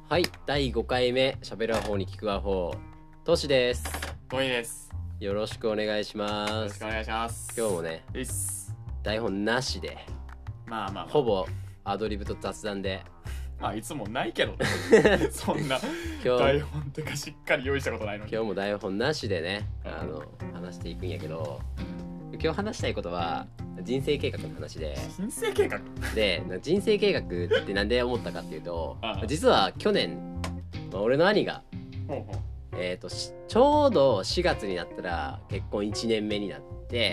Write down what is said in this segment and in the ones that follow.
はい、第5回目喋るアホに聞くアホトシです。 ゴミです。 よろしくお願いしまよろしす。 くお願いします。 今日もね、 ういっす。 台本なしでまあまあまあ、 ほぼアドリブと雑談でまあいつもないけどねそんな今日台本とかしっかり用意したことないのに。 今日も台本なしでね、話していくんやけど、今日話したいことは人生計画の話で、 人生計画人生計画ってなんで思ったかっていうと、 ああ実は去年、俺の兄がほうほうちょうど4月になったら結婚1年目になって、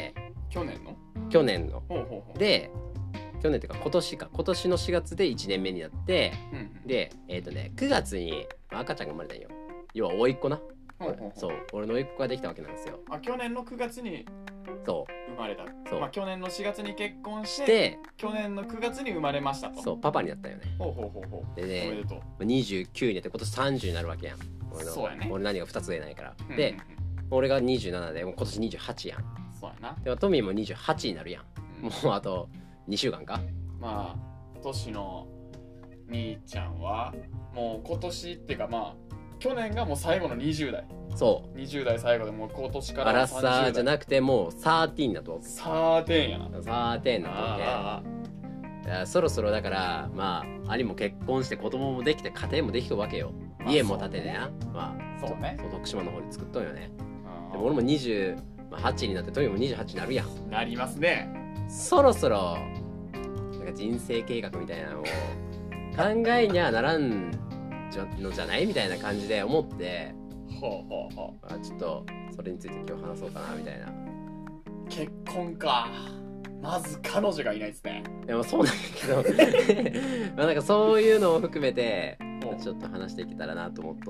去年の去年のほうほうほうで去年っていうか今年の4月で1年目になって、 うんうんで9月に赤ちゃんが生まれたんよ。要は甥っ子な。 ほうほうほうそう、俺の甥っ子ができたわけなんですよ。 あ、去年の9月にそ生まれた。 そうまあ去年の4月に結婚しうで、 去年の9月に生まれましたと。 そうパパになったよね。 ほうほうほうほう。 でねおめでとう。 29になって今年30になるわけやん。 そうやね俺何が2つ上ないから、 うんうんうんで俺が27でもう今年28やん。 そうやな。 でもトミーも28になるやん。 うんもうあと2週間か。 まあ年の兄ちゃんはもう今年っていうかまあ去年がもう最後の20代そう 20代最後でもう今年からアラッサーじゃくなくてもう13だとサーテンやな 13だとあいやそろそろだからまあ兄も結婚して子供もできて家庭もできたわけよ。家も建ててな、まあそうねそう徳島の方に作っとんよね。 あでも俺も28になってトミも28になるやん。 なりますね。 そろそろなんか人生計画みたいなのを考えにゃならんのじゃないみたいな感じで思って、 ほうほうほう。 ちょっとそれについて今日話そうかなみたいな。 結婚か。まず彼女がいないですね。 でもそうなんだけどまあなんかそういうのを含めてほうちょっと話していけたらなと思っとって。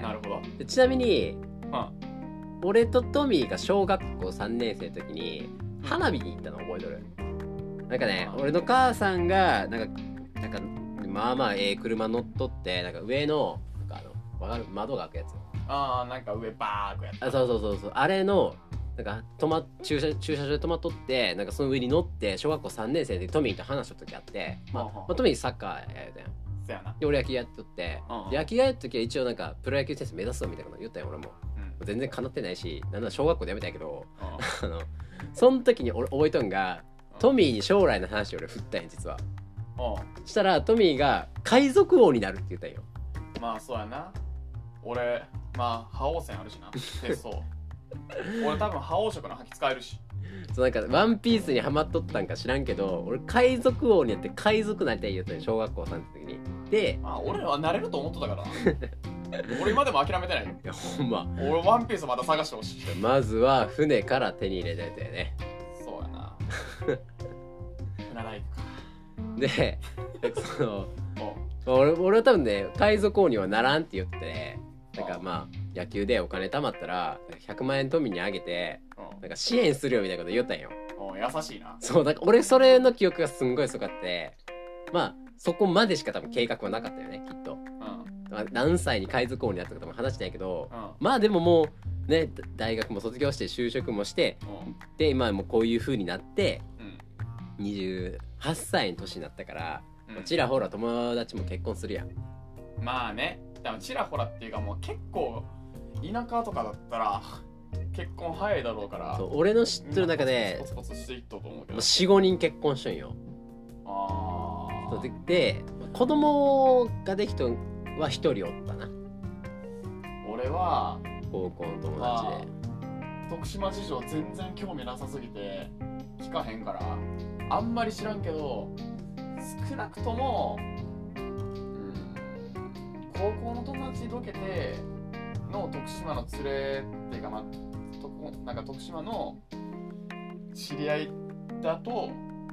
なるほど。 でちなみにうん俺とトミーが小学校3年生の時に花火に行ったの覚えとる？なんかね、俺の母さんがなんかまあまあ車乗っとってなんか上のなんかわかる窓が開くやつ。 ああなんか上バークやった。 そうあれのなんか駐車場で止まっとってなんかその上に乗って小学校3年生でトミーと話した時あって、トミーサッカーやるやん。 そうやな。 で俺野球やっとって、野球やる時は一応なんかプロ野球選手目指すみたいなこと言ったよ俺も。全然叶ってないし、なんなら小学校でやめたんやけど、その時に俺覚えとんが、トミーに将来の話を俺振ったんや実は。したらトミーが海賊王になるって言ったんよ。 まあそうやな。俺まあ覇王戦あるしな。でそう俺多分覇王色の覇気使えるし。 そうなんかワンピースにハマっとったんか知らんけど、俺海賊王になって海賊なりたい言ったんよ小学校3年の時に。で俺はなれると思ってたからな俺今でも諦めてないよ。 いやほんま俺ワンピースまた探してほしい。 まずは船から手に入れたやつやね。 そうやな船大工か。 でその俺は多分ね海賊王にはならんって言ってて、なんかまあ野球でお金貯まったら100万円トミーにあげてなんか支援するよみたいなこと言ったんよ。 優しいな。 そうだから俺それの記憶がすんごいすごかって、まあそこまでしか多分計画はなかったよねきっと。何歳に海賊王になったかとも話してないけど、まあでももうね大学も卒業して就職もして、で今もうこういう風になって、28歳の年になったから、ちらほら友達も結婚するやん。 まあね、でもちらほらっていうかもう結構田舎とかだったら結婚早いだろうから。 そう俺の知ってる中でポツポツしていったと思うけど 4,5 人結婚しとんよ。で子供ができとんは1人おったな。 俺は高校の友達で、 徳島事情全然興味なさすぎて聞かへんからあんまり知らんけど、少なくとも、高校の友達どけての徳島の連れっていうか、まあ、なんか徳島の知り合いだと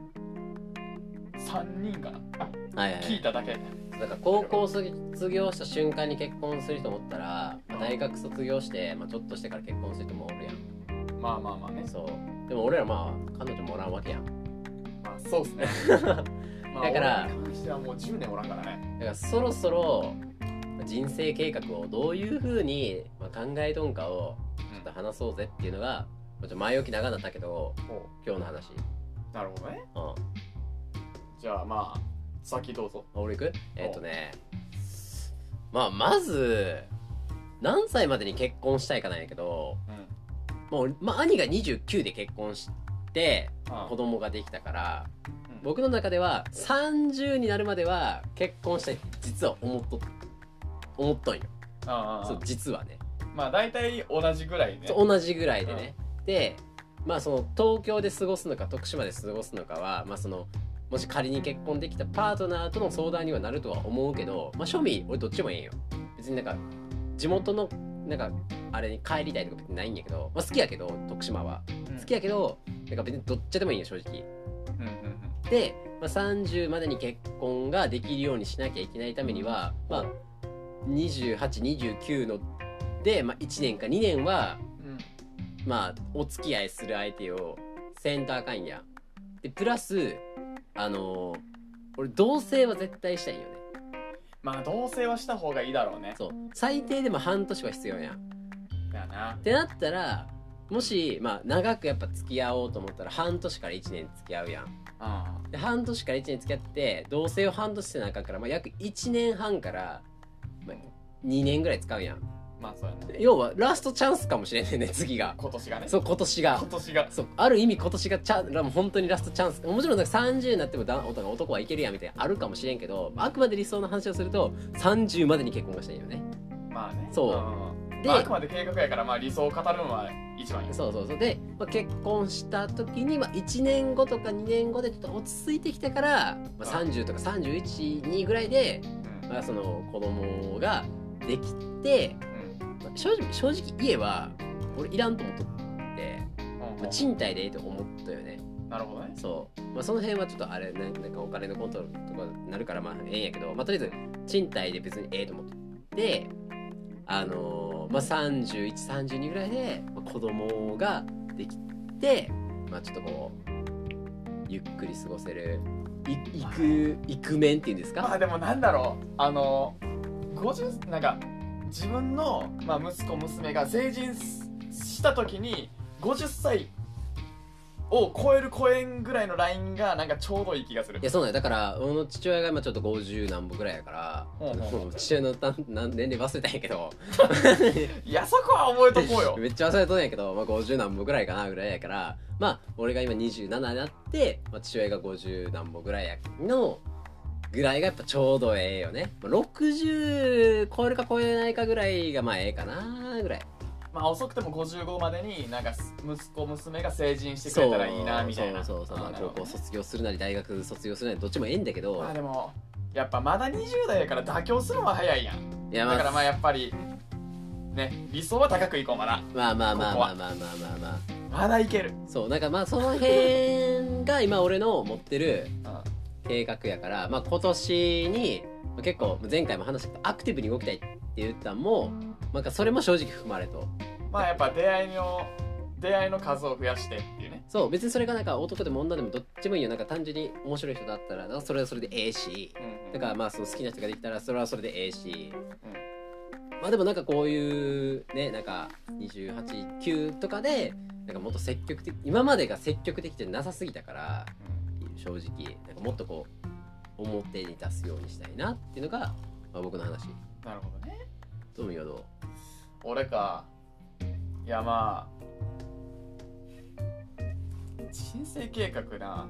3人かな、聞いただけ。 なんか高校卒業した瞬間に結婚すると思ったら、大学卒業して、ちょっとしてから結婚する人もおるやん。 まあね。 そうでも俺ら彼女もおらんわけやん。 そうっすねだから俺に関してはもう10年おらんからね。 だからそろそろ人生計画をどういう風に考えとんかをちょっと話そうぜっていうのが、前置き長かったけど今日の話。 なるほどね。じゃあまあ先どうぞ。 俺行く？ まず何歳までに結婚したいかなんやけど、もう兄が29で結婚して子供ができたから、僕の中では30になるまでは結婚したいって実は思っとんよ。そう実はね、 大体同じぐらいね。 同じぐらいでね、でその東京で過ごすのか徳島で過ごすのかはそのもし仮に結婚できたパートナーとの相談にはなるとは思うけど、庶民俺どっちもええんよ。別になんか地元のなんかあれに帰りたいとか別にないんやけど、好きやけど徳島は、好きやけどなんか別にどっちでもいいんよ正直。で、30までに結婚ができるようにしなきゃいけないためには、28、29ので、1年か2年は、お付き合いする相手をせんとあかんやん。でプラス俺同棲は絶対したいよね。 同棲はした方がいいだろうね。 そう最低でも半年は必要やん。 だよな。 ってなったらもし長くやっぱ付き合おうと思ったら半年から1年付き合うやん。で半年から1年付き合って同棲を半年してなあかんから、約1年半から、2年ぐらい使うやん。 そうやね。 要はラストチャンスかもしれんね次が。 今年がね。 そう今年がそうある意味今年が本当にラストチャンス。もちろん30になっても男はいけるやんみたいなあるかもしれんけど、あくまで理想の話をすると30までに結婚がしたいよね。そうで、あくまで計画やから理想を語るのは一番いい。 そうで、結婚した時に1年後とか2年後でちょっと落ち着いてきてから、30とか31、2ぐらいで、その子供ができて、正直家は俺いらんと思っとって、賃貸でいいと思ったよね。 なるほどね。 そう、その辺はちょっとあれね、なんかお金のコントロールとかになるからええんやけど、とりあえず賃貸で別にええと思って31、32ぐらいで、子供ができて、ちょっとこうゆっくり過ごせるイクメンっていうんですか。 でもなんだろう、50なんか自分の、息子娘が成人した時に50歳を超えんぐらいのラインがなんかちょうどいい気がする。 いやそうなんや。だから俺の父親が今ちょっと50何歩ぐらいやから、父親の年齢忘れたんやけどいやそこは覚えとこうよめっちゃ忘れとんやけど、50何歩ぐらいかなぐらいやから、俺が今27になって、父親が50何歩ぐらいやのぐらいがやっぱちょうどええよね。60超えるか超えないかぐらいがええかなぐらい。 遅くても55までになんか息子娘が成人してくれたらいいなみたいな。 そう高校卒業するなり大学卒業するなりどっちもええんだけど、 でもやっぱまだ20代やから妥協するのは早いやん。だからやっぱりね、理想は高くいこう。まだまだいける。 そうなんかその辺が今俺の持ってる計画やから、今年に結構前回も話したけどアクティブに動きたいって言ったんも、それも正直含まれと。 やっぱ出会いの数を増やしてっていうね。 そう別にそれがなんか男でも女でもどっちもいいよ。なんか単純に面白い人だったらそれはそれでええし、だからその好きな人ができたらそれはそれでええし、でもなんかこういうね、なんか28、9とかでなんかもっと積極的、今までが積極的じゃなさすぎたから、正直なんかもっとこう表に出すようにしたいなっていうのが、僕の話。 なるほどね。 どうよ。 俺か。いや人生計画な。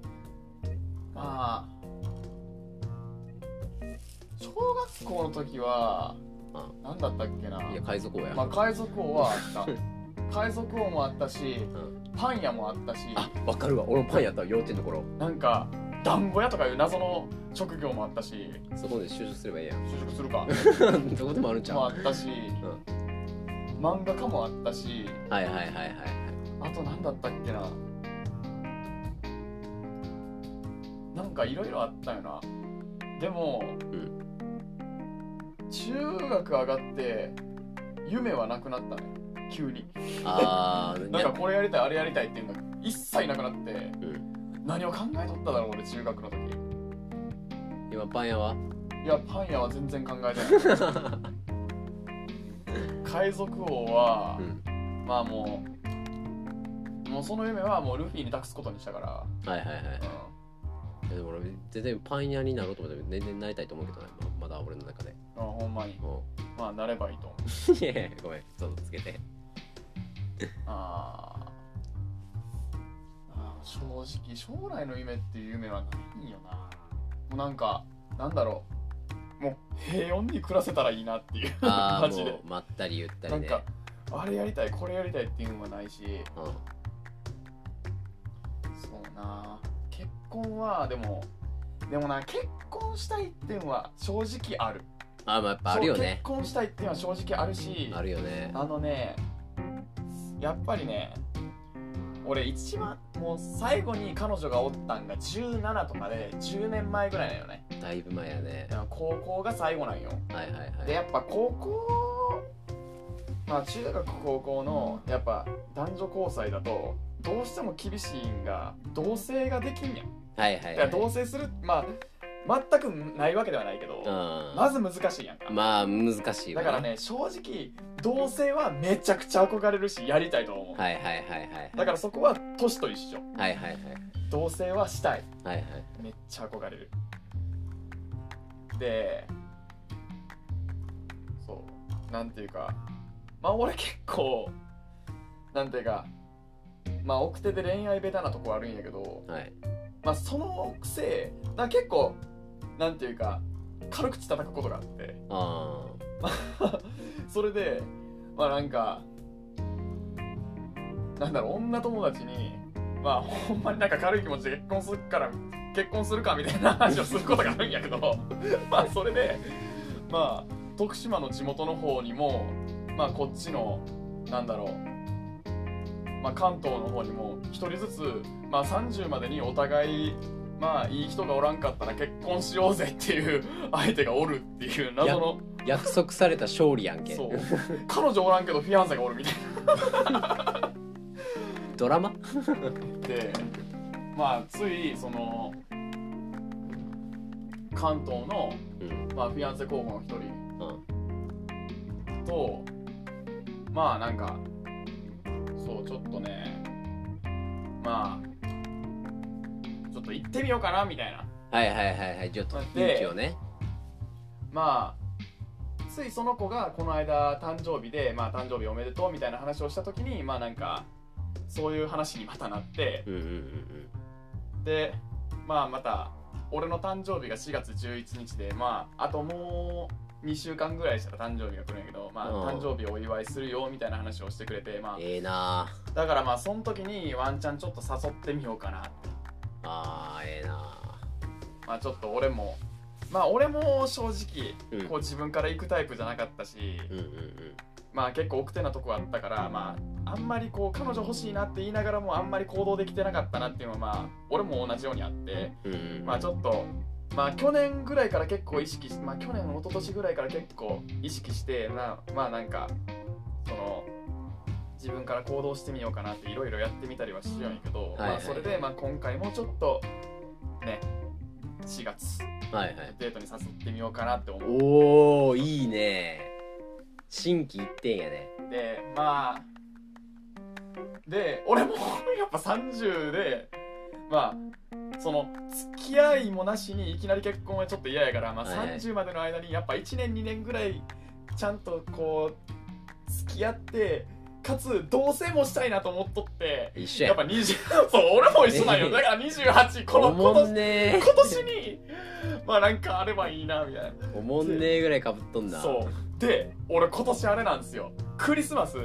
小学校の時は何だったっけな。 いや海賊王や。 海賊王はあった海賊王もあったし、パン屋もあったし。 わかるわ。俺もパン屋やった幼稚園の頃。 なんか団子屋とかいう謎の職業もあったし。 そこで就職すればいいやん。 就職するかどこでもあるんちゃう。 もあったし、漫画家もあったし。 あと何だったっけな。なんかいろいろあったよな。でも、中学上がって夢はなくなったね、急に。なんかこれやりたいあれやりたいっていうのが一切なくなって、何を考えとっただろう俺中学の時。 今パン屋は？ いやパン屋は全然考えてない海賊王は、もうその夢はもうルフィに託すことにしたから。 でも俺全然パン屋になろうと思って全然なりたいと思うけどね、まだ俺の中で。 ほんまに。まあなればいいと思う。 いやいやごめんちょっとつけて。 正直将来の夢っていう夢はないよな。もうなんかなんだろう、もう平穏に暮らせたらいいなっていうマジで。 もうまったりゆったりね。 なんかあれやりたいこれやりたいっていうのはないし、そうな、結婚はでもな、結婚したいっていうのは正直ある。 まあやっぱあるよね。 結婚したいっていうのは正直あるし、 あるよね。 やっぱりね、俺一番もう最後に彼女がおったんが17とかで10年前ぐらいなよね。 だいぶ前やね。 高校が最後なんよ。 はいはいはい。 でやっぱ高校、まあ中学高校のやっぱ男女交際だとどうしても厳しいんが同棲ができんやん。 はいはいはい。 だから同棲する、まあ全くないわけではないけど、まず難しいやんか。 まあ難しいわ、 だからね、正直同棲はめちゃくちゃ憧れるしやりたいと思う。 はいはいはいはい。 だからそこは年と一緒。 はいはいはい。 同棲はしたい。 はいはい。 めっちゃ憧れる。で、そうなんていうか、まあ俺結構なんていうか、まあ奥手で恋愛ベタなとこあるんやけど、 はい、 まあそのくせ結構なんていうか軽口叩くことがあって、それでまあなんかなんだろう、女友達にまあほんまになんか軽い気持ちで結婚するかみたいな話をすることがあるんやけどまあそれでまあ徳島の地元の方にもまあこっちのなんだろう、まあ関東の方にも一人ずつまあ30までにお互いまあいい人がおらんかったら結婚しようぜっていう相手がおるっていう謎の約束された勝利やんけ。 そう彼女おらんけどフィアンセがおるみたいなドラマでまあついその関東の、まあ、フィアンセ候補の一人と、まあなんかそうちょっとね、まあちょっと行ってみようかなみたいな。 はいはいはいはい、ちょっと勇気をね。 まあついその子がこの間誕生日で、まあ誕生日おめでとうみたいな話をした時にまあなんかそういう話にまたなって、でまあまた俺の誕生日が4月11日で、まああともう2週間ぐらいしたら誕生日が来るんやけど、まあ誕生日お祝いするよみたいな話をしてくれて、まあなだからまあその時にワンチャンちょっと誘ってみようかなって。 なまあちょっと俺も正直、こう自分から行くタイプじゃなかったし、まあ結構奥手なとこあったから、まああんまりこう彼女欲しいなって言いながらもあんまり行動できてなかったなっていうのはまあ俺も同じようにあって、まあちょっとまあ去年ぐらいから結構意識して、まあ去年一昨年ぐらいから結構意識してまあなんかその自分から行動してみようかなっていろいろやってみたりはしようんやけど、まあそれでまあ今回もちょっとね4月デートに誘ってみようかなって思う。 おおいいね、心機一転やね。 でまあで俺もやっぱ30でまあその付き合いもなしにいきなり結婚はちょっと嫌やから、まあ30までの間にやっぱ1年2年ぐらいちゃんとこう付き合ってかつ同棲もしたいなと思っとって、 一緒やっぱ20そう俺も一緒なんよ。だから28今年にまあなんかあればいいなみたいな。 おもんねえぐらいかぶっとんだ。 そうで俺今年あれなんですよ、クリスマス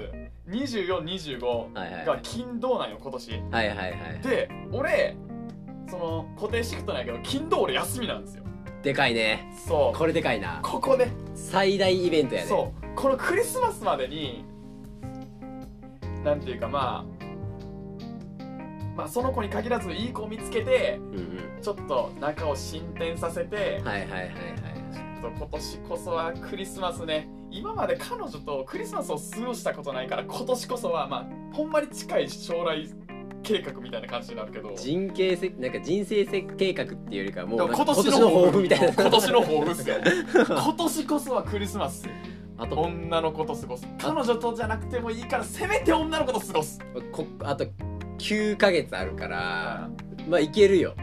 24、25が金土なんよ今年。で俺その固定シフトなんやけど金土俺休みなんですよ。 でかいね。 そうこれでかいな。 ここで最大イベントやね。 そうこのクリスマスまでになんていうかまあその子に限らずいい子を見つけて、ちょっと仲を進展させて、ちょっと今年こそはクリスマスね、今まで彼女とクリスマスを過ごしたことないから今年こそはまあほんまに近い将来計画みたいな感じになるけど、 なんか人生計画っていうよりかもう今年の抱負みたいな今年の抱負っすよ今年こそはクリスマス女の子と過ごす。彼女とじゃなくてもいいからせめて女の子と過ごす。 あと9ヶ月あるから、まあいけるよ。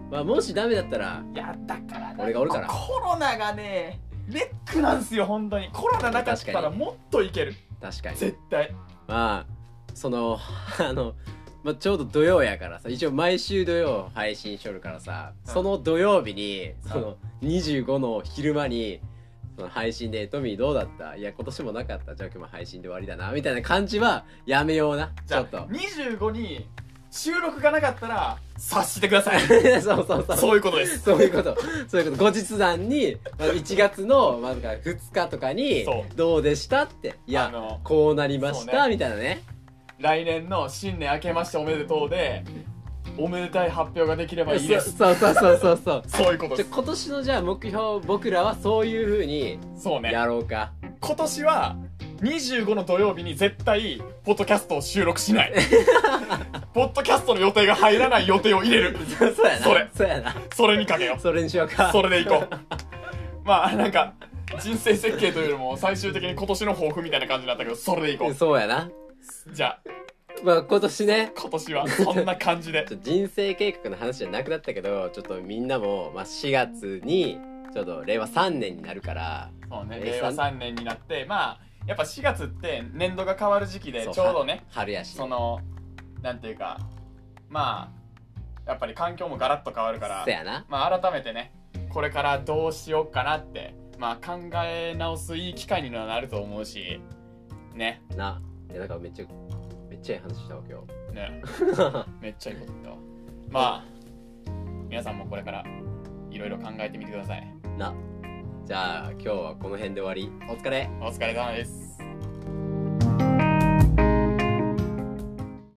まあもしダメだったらいやだから俺がおるから。 コロナがねネックなんすよ本当に。コロナなかったらもっといける。 確かに絶対。 まあそのまあ、ちょうど土曜やからさ、一応毎週土曜配信しとるからさ、その土曜日にその25の昼間にその配信でトミーどうだった？いや今年もなかった。じゃあ今日も配信で終わりだなみたいな感じはやめような。 じゃあちょっと 25に収録がなかったら察してください。 そうそうそう。 そういうことです。 そういうこと。そういうこと。後日談に、まあ、1月の、まあ、2日とかにどうでしたって。いや、こうなりました、みたいなね。 来年の新年明けましておめでとうでおめでたい発表ができればいいです。 そうそうそうそうそう。 そういうことです。 今年のじゃあ目標、僕らはそういう風にやろうか。 今年は25の土曜日に絶対ポッドキャストを収録しない。ポッドキャストの予定が入らない予定を入れる。 そうやな。そうやな。 それにかけよう。 それにしようか。 それでいこう。まあなんか人生設計というよりも最終的に今年の抱負みたいな感じになったけど、それでいこう。 そうやな。 じゃあまあ今年はそんな感じで人生計画の話じゃなくなったけど、ちょっとみんなも、まあ、4月にちょっと令和3年になるから、 そうね、令和3年になって、まあやっぱ4月って年度が変わる時期でちょうどね、 春やし、 そのなんていうか、まあやっぱり環境もガラッと変わるから、 そうやな。 まあ改めてね、これからどうしようかなってまあ考え直すいい機会にはなると思うしね。いやなんかめっちゃいい話したわ今日ね。めっちゃいいこと言ったわ。まあ皆さんもこれからいろいろ考えてみてください。 じゃあ今日はこの辺で終わり。お疲れ様です。